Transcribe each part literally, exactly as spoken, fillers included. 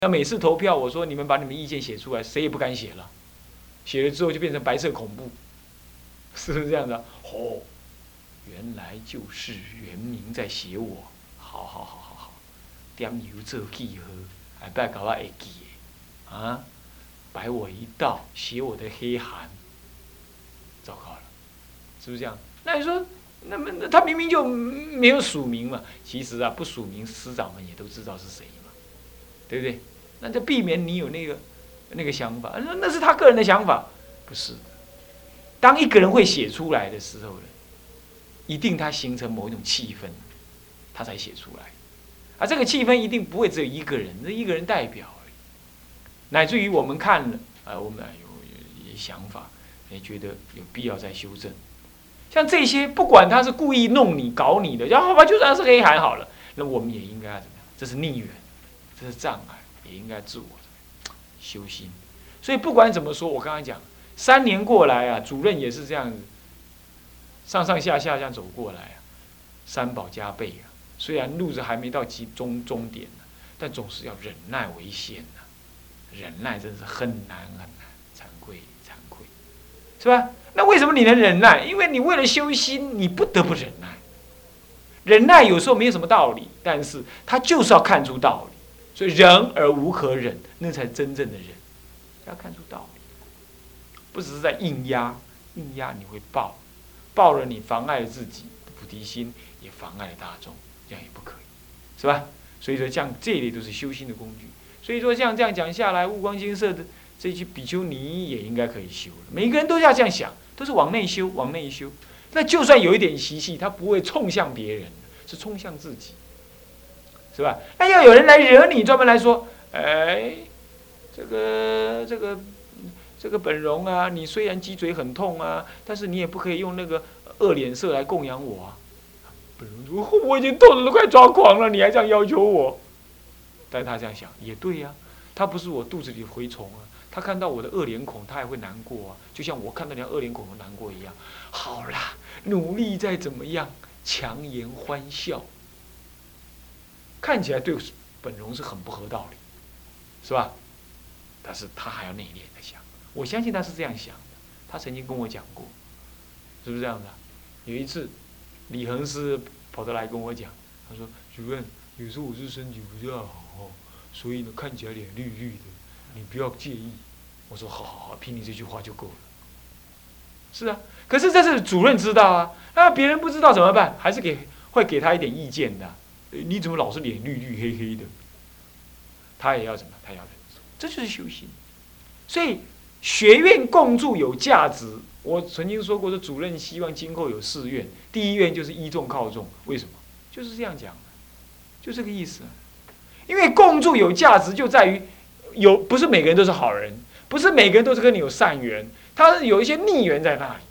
那每次投票，我说你们把你们意见写出来，谁也不敢写了，写了之后就变成白色恐怖，是不是这样的？哦，原来就是原名在写我，好好好好好，点油做记号，下摆搞我会记的，啊，摆我一道，写我的黑函，糟糕了，是不是这样？那你说，那么他明明就没有署名嘛，其实啊，不署名，师长们也都知道是谁嘛，对不对？那就避免你有那个那个想法，那那是他个人的想法，不是的。当一个人会写出来的时候呢，一定他形成某一种气氛，他才写出来。啊，这个气氛一定不会只有一个人，那一个人代表而已。乃至于我们看了，啊，我们有有有想法，也觉得有必要再修正。像这些，不管他是故意弄你、搞你的，然后好吧，就算是黑函好了，那我们也应该怎么样？这是逆缘，这是障碍。也应该自我修心，所以不管怎么说，我刚才讲，三年过来啊，主任也是这样子，上上下下这样走过来啊，三宝加倍啊。虽然路子还没到集终终点呢，但总是要忍耐为先呐、啊。忍耐真是很难很难，惭愧惭愧，是吧？那为什么你能忍耐？因为你为了修心，你不得不忍耐。忍耐有时候没有什么道理，但是他就是要看出道理。所以忍而无可忍，那才真正的忍。要看出道理，不只是在硬压，硬压你会爆，爆了你妨碍了自己的菩提心，也妨碍了大众，这样也不可以，是吧？所以说，像这一类都是修心的工具。所以说，像这样讲下来，悟光金色的这些比丘尼也应该可以修了。每个人都要这样想，都是往内修，往内修。那就算有一点习气，他不会冲向别人，是冲向自己。是吧？那要有人来惹你，专门来说，哎，这个这个这个本荣啊，你虽然脊椎很痛啊，但是你也不可以用那个恶脸色来供养我啊。本荣说，我已经痛得都快抓狂了，你还这样要求我？但是他这样想也对呀、啊，他不是我肚子里的蛔虫啊，他看到我的恶脸孔，他也会难过啊，就像我看到你恶脸孔都难过一样。好啦，努力再怎么样，强颜欢笑。看起来对本荣是很不合道理，是吧？但是他还要内敛的想，我相信他是这样想的。他曾经跟我讲过，是不是这样的？有一次，李恒师跑得来跟我讲，他说：“主任，有时候我是身体不太好，所以呢看起来脸绿绿的，你不要介意。”我说：“好好好，凭你这句话就够了。”是啊，可是这是主任知道啊，那别人不知道怎么办？还是给会给他一点意见的。你怎么老是脸绿绿黑黑的？他也要怎么？他要忍受，这就是修行。所以学院共住有价值。我曾经说过，说主任希望今后有四院，第一院就是依众靠众。为什么？就是这样讲的，就这个意思。因为共住有价值，就在于有不是每个人都是好人，不是每个人都是跟你有善缘，他是有一些逆缘在那里，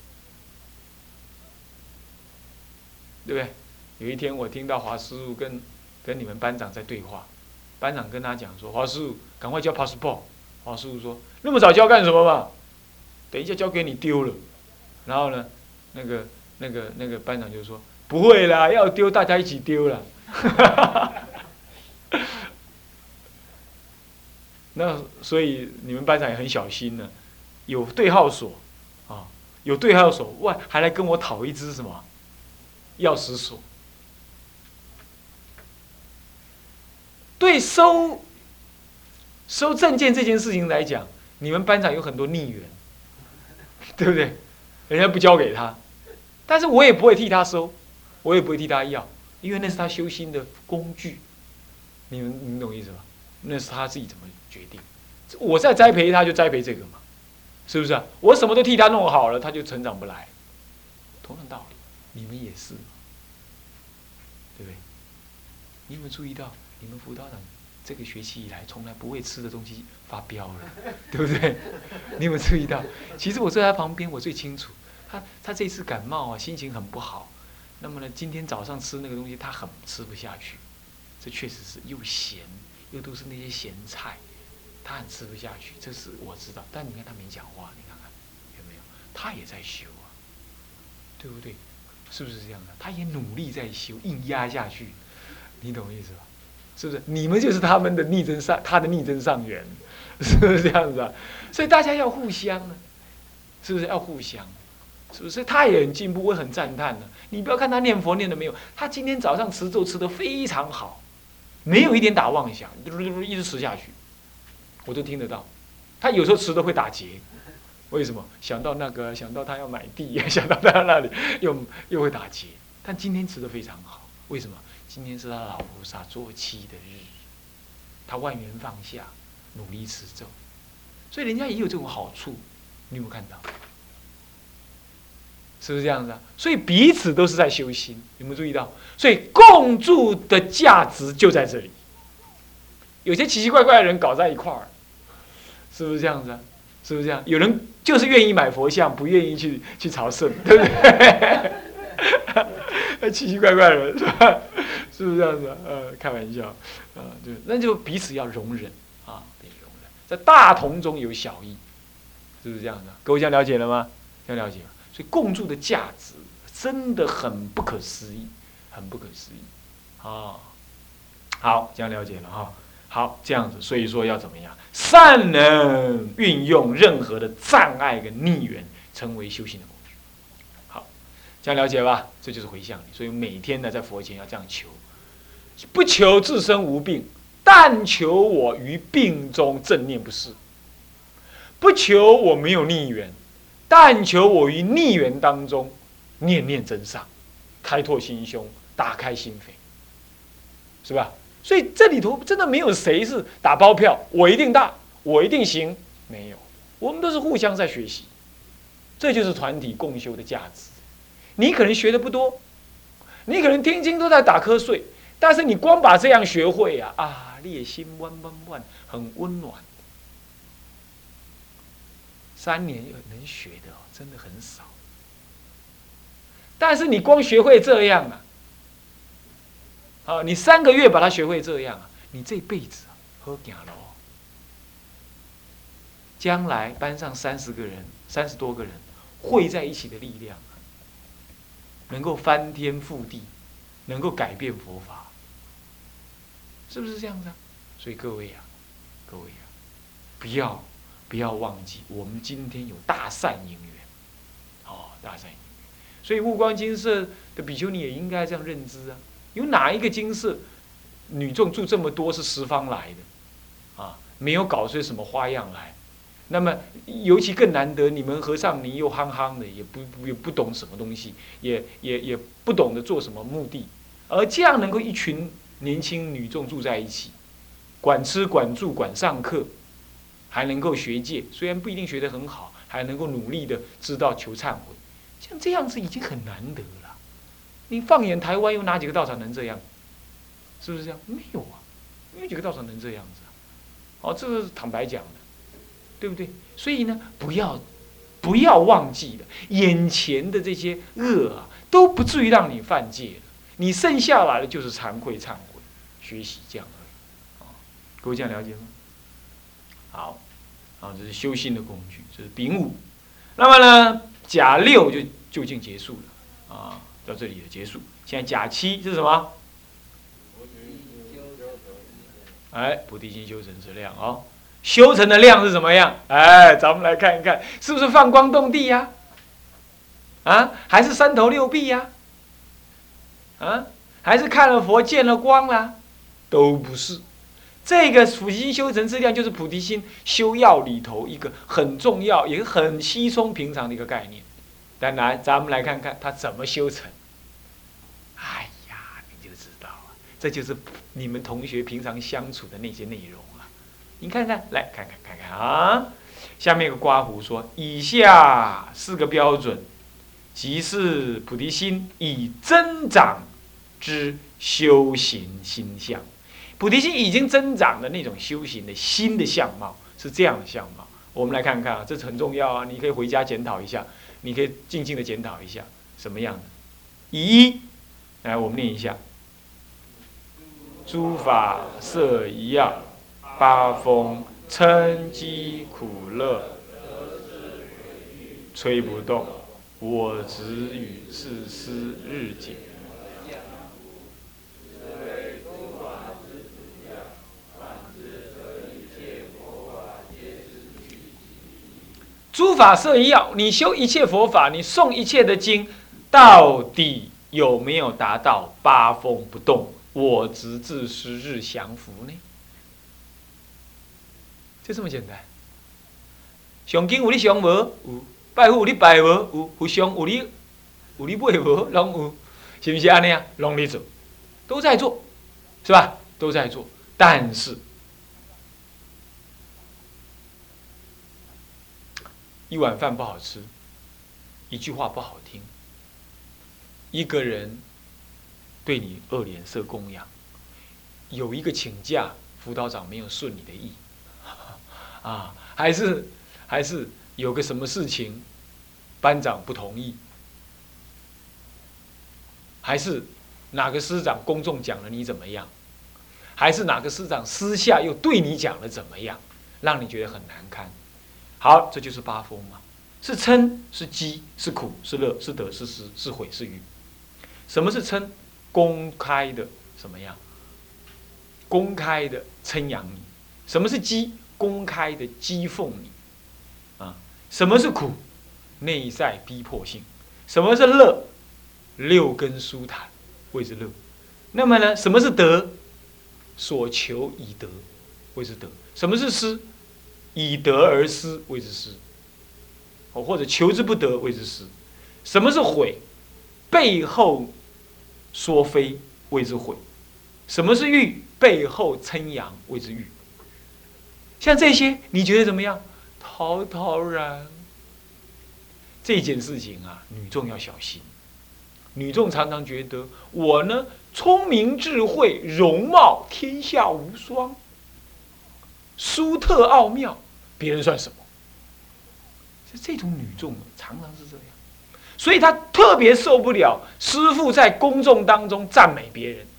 对不对？有一天我听到华师傅跟跟你们班长在对话，班长跟他讲说：“华师傅，赶快交 passport。”华师傅说：“那么早交干什么嘛？等一下交给你丢了。”然后呢，那个那个那个班长就说：“不会啦，要丢大家一起丢啦。”那所以你们班长也很小心呢，有对号锁啊，有对号锁，哇，还来跟我讨一支什么钥匙锁。对收收证件这件事情来讲，你们班长有很多逆缘，对不对？人家不交给他，但是我也不会替他收，我也不会替他要，因为那是他修心的工具。你们你们懂意思吧？那是他自己怎么决定。我在栽培他，就栽培这个嘛，是不是啊？我什么都替他弄好了，他就成长不来。同样道理，你们也是，对不对？你有没有注意到？你们辅导长这个学期以来，从来不会吃的东西发飙了，对不对？你有没有注意到？其实我坐在他旁边，我最清楚。他他这次感冒啊，心情很不好。那么呢，今天早上吃那个东西，他很吃不下去。这确实是又咸，又都是那些咸菜，他很吃不下去。这是我知道。但你看他没讲话，你看看有没有？他也在修啊，对不对？是不是这样的？他也努力在修，硬压下去。你懂我意思吧？ 是不是？你们就是他们的逆增上，他的逆增上缘，是不是这样子啊？所以大家要互相啊，是不是要互相？是不是？他也很进步，我很赞叹的。你不要看他念佛念的没有，他今天早上持咒持得非常好，没有一点打妄想，一直持下去，我都听得到。他有时候持的会打结，为什么？想到那个，想到他要买地，想到他那里又又会打结。但今天持得非常好，为什么？今天是他老菩萨做七的日，他万缘放下，努力持咒，所以人家也有这种好处，你有没有看到？是不是这样子啊？所以彼此都是在修心，有没有注意到？所以共住的价值就在这里。有些奇奇怪怪的人搞在一块儿，是不是这样子啊？是不是这样？有人就是愿意买佛像，不愿意去去朝圣，对不对？奇奇怪怪的人是吧？是不是这样子啊？呃，开玩笑，啊，就那就彼此要容忍啊，别容忍，在大同中有小异，是不是这样子啊？各位这样了解了吗？这样了解吗？所以共住的价值真的很不可思议，很不可思议啊！好，这样了解了哈。好，这样子，所以说要怎么样？善能运用任何的障碍跟逆缘，成为修行的工具。好，这样了解吧？这就是回向力。所以每天呢，在佛前要这样求，不求自身无病，但求我于病中正念不逝；不求我没有逆缘，但求我于逆缘当中念念真上，开拓心胸，打开心扉，是吧？所以这里头真的没有谁是打包票，我一定大，我一定行，没有，我们都是互相在学习，这就是团体共修的价值。你可能学的不多，你可能天天都在打瞌睡，但是你光把这样学会啊，啊，你的心弯弯弯，很温暖。三年能学的哦，真的很少。但是你光学会这样啊。啊，你三个月把它学会这样啊，你这辈子啊，好行路。将来班上三十个人、三十多个人汇在一起的力量，能够翻天覆地，能够改变佛法，是不是这样子啊？所以各位啊，各位啊，不要不要忘记，我们今天有大善因缘，哦，大善因缘。所以悟光金舍的比丘尼也应该这样认知啊。有哪一个金舍女众住这么多是十方来的啊？没有搞出什么花样来。那么尤其更难得，你们和尚你又憨憨的，也不也不懂什么东西，也也也不懂得做什么目的，而这样能够一群年轻女众住在一起，管吃管住管上课，还能够学戒，虽然不一定学得很好，还能够努力的知道求忏悔，像这样子已经很难得了。你放眼台湾，有哪几个道场能这样？是不是这样？没有啊，没有几个道场能这样子啊。哦，这个是坦白讲的，对不对？所以呢，不要不要忘记了，眼前的这些恶啊，都不至于让你犯戒了。你剩下来的就是惭愧、忏悔、学习这样而已。啊，各位这样了解吗？好，啊，这是修心的工具，这是丙午。那么呢，甲六就就近结束了啊。到这里的结束。现在甲七是什么？哎，菩提心修成之量哦，修成的量是怎么样？哎，咱们来看一看，是不是放光动地呀、啊？啊，还是三头六臂呀、啊？啊，还是看了佛见了光啦？都不是。这个菩提心修成之量，就是菩提心修要里头一个很重要，也很稀松平常的一个概念。但来，咱们来看看它怎么修成。哎呀，你就知道了，这就是你们同学平常相处的那些内容了。你看看，来看看看看啊，下面有个刮胡说，以下四个标准，即是菩提心以增长之修行心相。菩提心已经增长的那种修行的新的相貌是这样的相貌。我们来看看啊，这很重要啊，你可以回家检讨一下。你可以静静的检讨一下，什么样的？以一，来我们念一下：诸法色一样，八风嗔饥苦乐，吹不动，我执与世思日景。 诸法摄一要，你修一切佛法，你诵一切的经，到底有没有达到八风不动，我执自失日降伏呢？就这么简单。上经有你上无？有。拜佛有你拜无？有。佛像有你有你买无？拢有。是不是安尼啊？拢在做，都在做，是吧？都在做，但是一碗饭不好吃，一句话不好听，一个人对你恶脸色供养，有一个请假，辅导长没有顺你的意，啊，还是还是有个什么事情，班长不同意，还是哪个师长公众讲了你怎么样，还是哪个师长私下又对你讲了怎么样，让你觉得很难堪。好，这就是八风嘛，是嗔，是激，是苦，是乐，是得，是失，是悔，是欲。什么是嗔？公开的什么样？公开的称扬你。什么是激？公开的讥讽你。啊，什么是苦？内在逼迫性。什么是乐？六根舒坦，谓之乐。那么呢，什么是得？所求以得，谓之得。什么是失？以得而失，谓之失。哦，或者求之不得，谓之失。什么是悔？背后说非，谓之悔。什么是欲？背后称扬，谓之欲。像这些，你觉得怎么样？陶陶然。这件事情啊，女众要小心。女众常常觉得我呢，聪明智慧，容貌天下无双，殊特奥妙，别人算什么？这种女众常常是这样，所以她特别受不了师父在公众当中赞美别人。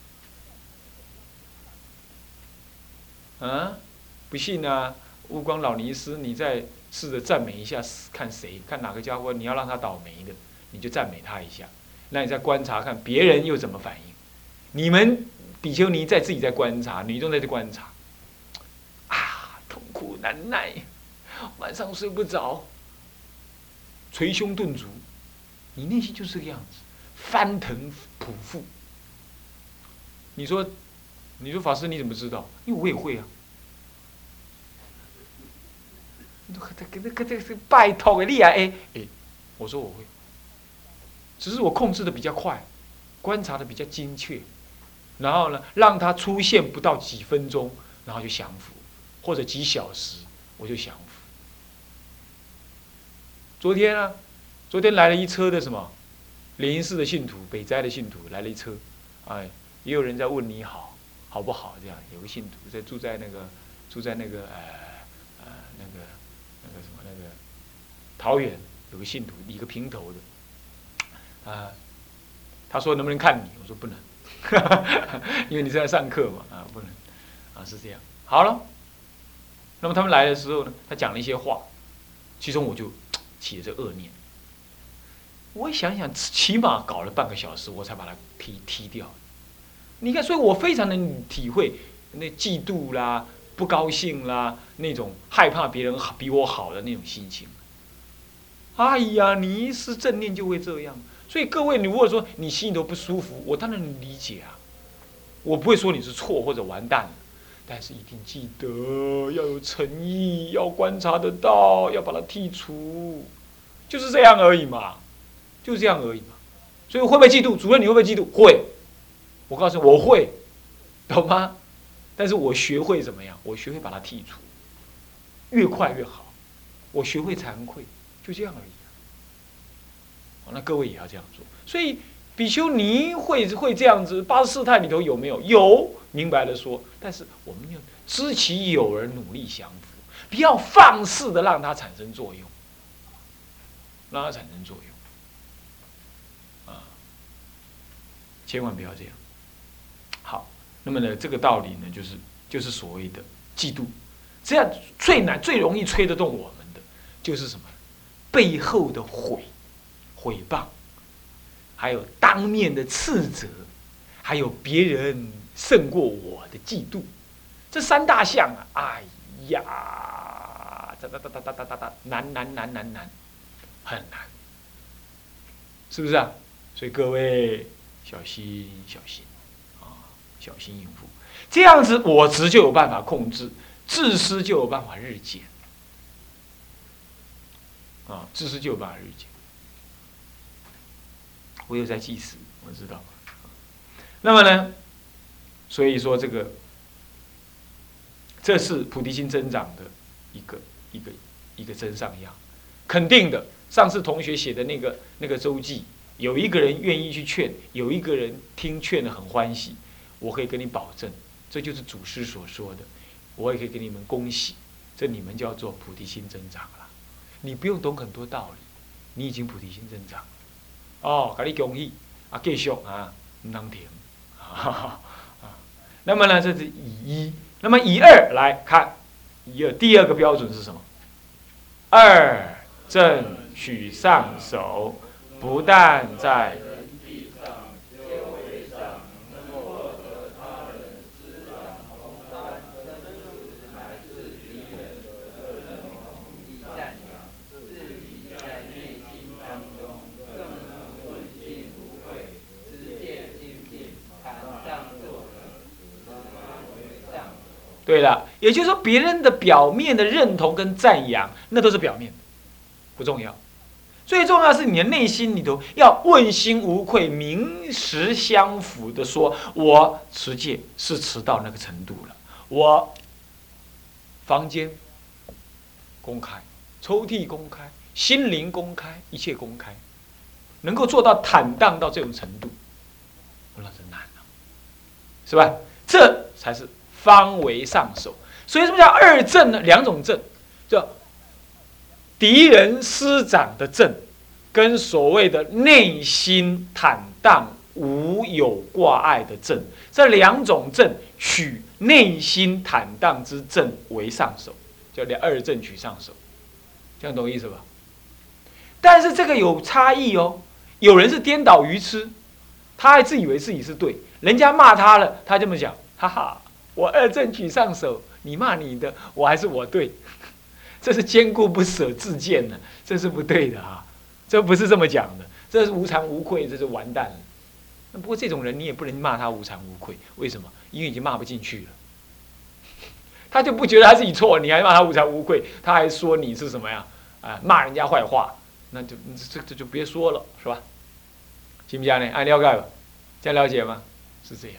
啊，不信啊，悟光老尼师，你再试着赞美一下，看谁，看哪个家伙你要让他倒霉的，你就赞美他一下。那你再观察看别人又怎么反应。你们比丘尼在自己在观察，女众在观察。啊，痛苦难耐，晚上睡不着，捶胸顿足，你内心就是这个样子，翻腾匍匐。你说，你说法师你怎么知道？因为我也会啊。拜托的你啊，哎哎，我说我会，只是我控制的比较快，观察的比较精确，然后呢，让它出现不到几分钟，然后就降服，或者几小时我就降服。昨天啊，昨天来了一车的什么，莲因寺的信徒，北斋的信徒来了一车，哎，也有人在问你好，好不好？这样有个信徒在住在那个住在那个呃呃那个那个什么那个桃园有个信徒，一个平头的，啊、呃，他说能不能看你？我说不能，因为你是在上课嘛，啊不能，啊是这样。好了，那么他们来的时候呢，他讲了一些话，其中我就起了这恶念。我想想，起码搞了半个小时，我才把他踢踢掉。你看，所以我非常能体会那嫉妒啦、不高兴啦、那种害怕别人比我好的那种心情。哎呀，你一失正念就会这样。所以各位，你如果说你心里头不舒服，我当然能理解啊。我不会说你是错或者完蛋了，但是一定记得要有诚意，要观察得到，要把它剔除，就是这样而已嘛。就是这样而已嘛，所以会不会嫉妒？主任，你会不会嫉妒？会，我告诉你，我会，懂吗？但是我学会怎么样？我学会把它剔除，越快越好。我学会惭愧，就这样而已。好，那各位也要这样做。所以比丘尼会会这样子，八十四态里头有没有？有，明白了说。但是我们要知其有而努力降服，不要放肆的让它产生作用，让它产生作用。千万不要这样。好，那么呢，这个道理呢，就是就是所谓的嫉妒，这样最难、最容易吹得动我们的，就是什么？背后的毁、毁谤，还有当面的斥责，还有别人胜过我的嫉妒，这三大项啊，哎呀， 哒哒哒哒哒哒哒哒，难难难难难，很难，是不是啊？所以各位小心小心啊，小心应付。这样子我执就有办法控制，自私就有办法日减。啊，自私就有办法日减。我有在计时，我知道。那么呢，所以说这个，这是菩提心增长的一个一个一个真上样，肯定的。上次同学写的那个那个周记，有一个人愿意去劝，有一个人听劝的很欢喜，我可以跟你保证，这就是祖师所说的，我也可以给你们恭喜，这你们叫做菩提心增长了。你不用懂很多道理，你已经菩提心增长了。哦，给你恭喜啊，继续啊，唔能停啊。那么呢，这是以一。那么以二来看，以二第二个标准是什么？二正取上手，不但在对了，也就是说，别人的表面的认同跟赞扬，那都是表面的，不重要。最重要是你的内心里头要问心无愧、名实相符的说，我持戒是持到那个程度了，我房间公开，抽屉公开，心灵公开，一切公开，能够做到坦荡到这种程度，那是难了，是吧？这才是方为上手。所以什么叫二正呢？两种正，叫敌人师长的正，跟所谓的内心坦荡无有挂碍的正，这两种正取内心坦荡之正为上手，叫二正取上手，这样懂意思吧？但是这个有差异哦，有人是颠倒愚痴，他还自以为自己是对，人家骂他了，他这么讲，哈哈，我二正取上手，你骂你的，我还是我对，这是坚固不舍自见呢，这是不对的啊，这不是这么讲的，这是无常无愧，这是完蛋了。那不过这种人你也不能骂他无常无愧，为什么？因为已经骂不进去了，他就不觉得他自己错，你还骂他无常无愧，他还说你是什么呀？啊，骂人家坏话，那就这这就别说了，是吧？行不行呢？按了解吧，这样了解吗？是这样。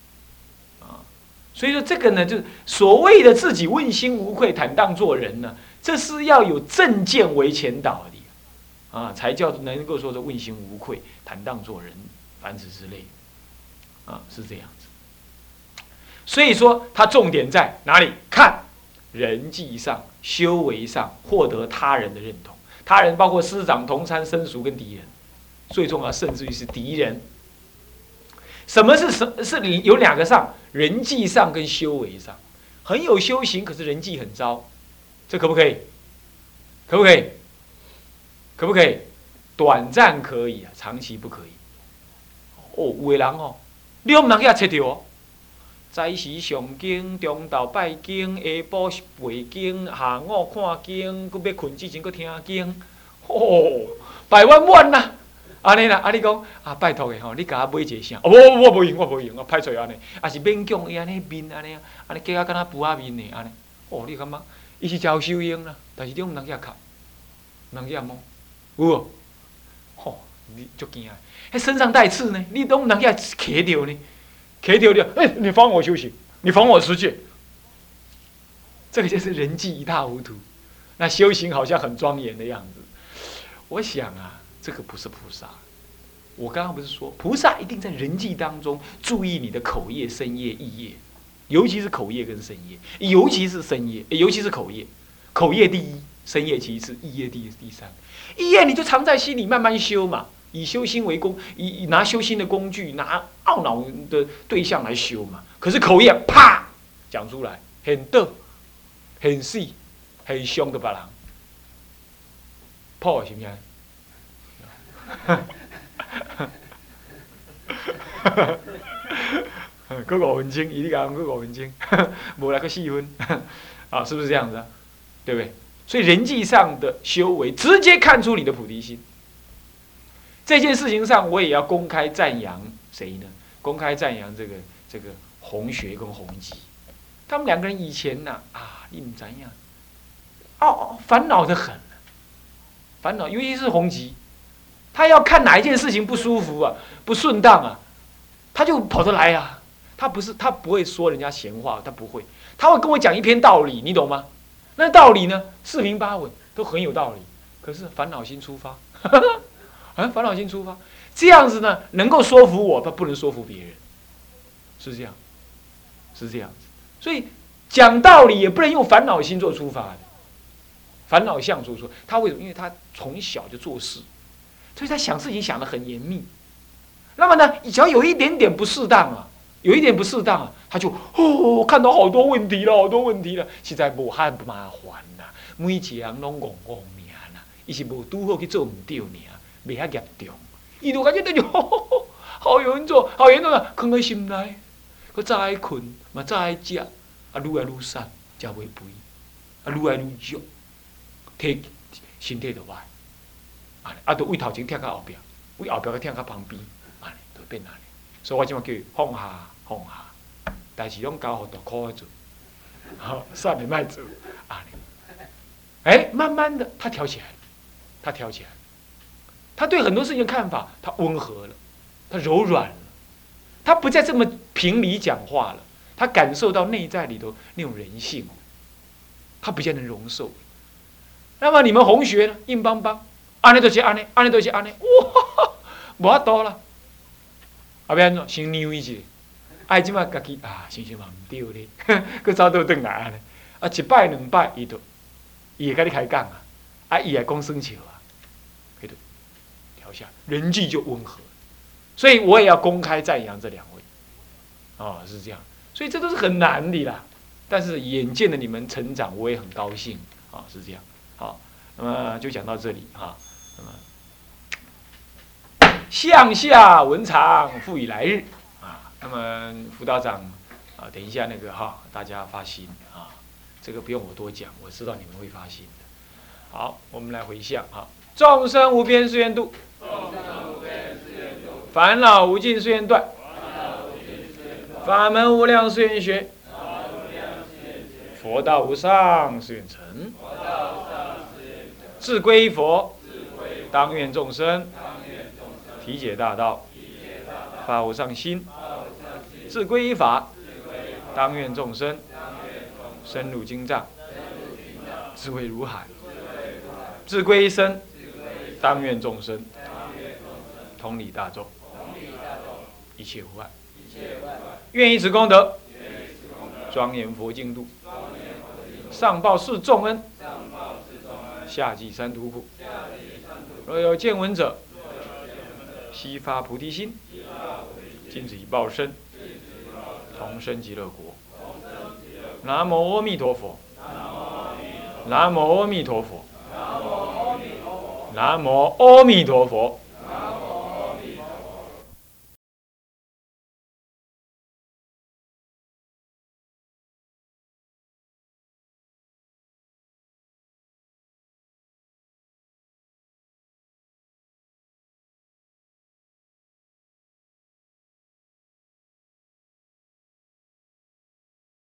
所以说这个呢，就是所谓的自己问心无愧、坦荡做人呢，这是要有正见为前导的，啊，才叫能够说是问心无愧、坦荡做人，凡此之类，啊，是这样子。所以说，它重点在哪里？看人际上、修为上获得他人的认同，他人包括师长、同参、生熟跟敌人，最重要甚至于是敌人。什么是什是有两个上，人际上跟修为上，很有修行，可是人际很糟，这可不可以？可不可以？可不可以？短暂可以啊，长期不可以。哦，有的人哦，你都唔能给他切掉哦。早时上经，中昼拜经，下晡背经，下午看经，佮要困之前佮听经，哦，百万万呐、啊！安尼啦，啊你讲啊，拜托的吼，你甲我买一个啥？哦，我我无用，我无用，我歹做安尼，啊是勉强伊安尼面安尼啊，安尼加啊敢若布仔面的安尼。哦，你感觉伊是真有修养啦，但是你毋通去甲卡，毋通去甲摸，有无？吼，你足惊啊！迄身上带刺呢，你都毋通去甲揢着呢，揢着了，哎，你妨我修行，你妨我持戒，这个就是人际一塌糊涂。那修行好像很庄严的样子，我想啊。这个不是菩萨，我刚刚不是说菩萨一定在人际当中注意你的口业、身业、意业，尤其是口业跟身业，尤其是身业，尤其是口业，口业第一，身业其次，意业第第三。意业你就藏在心里，慢慢修嘛，以修心为工，以以拿修心的工具，拿懊恼的对象来修嘛。可是口业啪讲出来，很逗，很细，很凶的别人，破是不是？搁五分钟，伊你讲搁五分钟，无来个四分，啊，是不是这样子啊？对不对？ 所以人际上的修为，直接看出你的菩提心。这件事情上，我也要公开赞扬谁呢？公开赞扬这个这个弘学跟弘基，他们两个人以前呐 啊, 啊，你们怎样？哦，烦恼的很，烦恼，尤其是弘基，他要看哪一件事情不舒服啊，不顺当啊，他就跑得来啊。他不是，他不会说人家闲话，他不会，他会跟我讲一篇道理，你懂吗？那道理呢，四平八稳，都很有道理。可是烦恼心出发，啊，烦恼心出发，这样子呢，能够说服我，他不能说服别人，是这样，是这样子。所以讲道理也不能用烦恼心做出发的，烦恼相做出。他为什么？因为他从小就做事，所以他想事情想得很严密。那么呢，只要有一点点不适当啊。有一点不适当啊，他就哦，看到好多问题了，好多问题了，实在无限麻烦啦。每一个人拢戆戆尔啦，伊是无拄好去做唔对尔，未遐严重。伊就感觉就好，好严重，好严重啊！放在心内，佮早爱困，嘛早爱食，啊愈来愈瘦，食袂肥，啊愈来愈弱，体身体就歹，啊，啊，就为头前贴到后壁，为后壁佮贴到旁边，安尼就变安尼。所以我即马叫伊放下。放下，但是拢交互大苦做，好，算了，卖做，啊，哎，慢慢的，他调起来，他调起来，他对很多事情的看法，他温和了，他柔软了，他不再这么平理讲话了，他感受到内在里头那种人性，他比较能容受。那么你们弘学呢，硬邦邦，安尼就是安尼，安尼就是安尼，哇，无法度啦，后边怎先扭一下。哎，即马家己啊，想想嘛毋对咧，佮走倒转来安尼，啊一摆两摆，伊就伊会甲你开讲啊，啊伊会讲生笑啊，迄就调下，人际就温和。所以我也要公开赞扬这两位，哦，是这样，所以这都是很难的啦。但是眼见着你们成长，我也很高兴啊，是这样。好，那么就讲到这里啊。那么向下文长，复以来日。那么辅导长啊，等一下那个哈，大家发心啊，这个不用我多讲，我知道你们会发心的。好，我们来回向啊，众生无边誓愿度，烦恼无尽誓愿断，法门无量誓愿学，佛道无上誓愿成，志归佛，当愿众生体解大道，发无上心。自归依法，当愿众生深入经藏，智慧如海；自归依身，当愿众生同理大众，一切无碍。愿以此功德，庄严佛净土，上报四重恩，下济三途苦。若有见闻者，悉发菩提心，尽此一报身。同生极乐国。南无阿弥陀佛。南无阿弥陀佛。南无阿弥陀佛。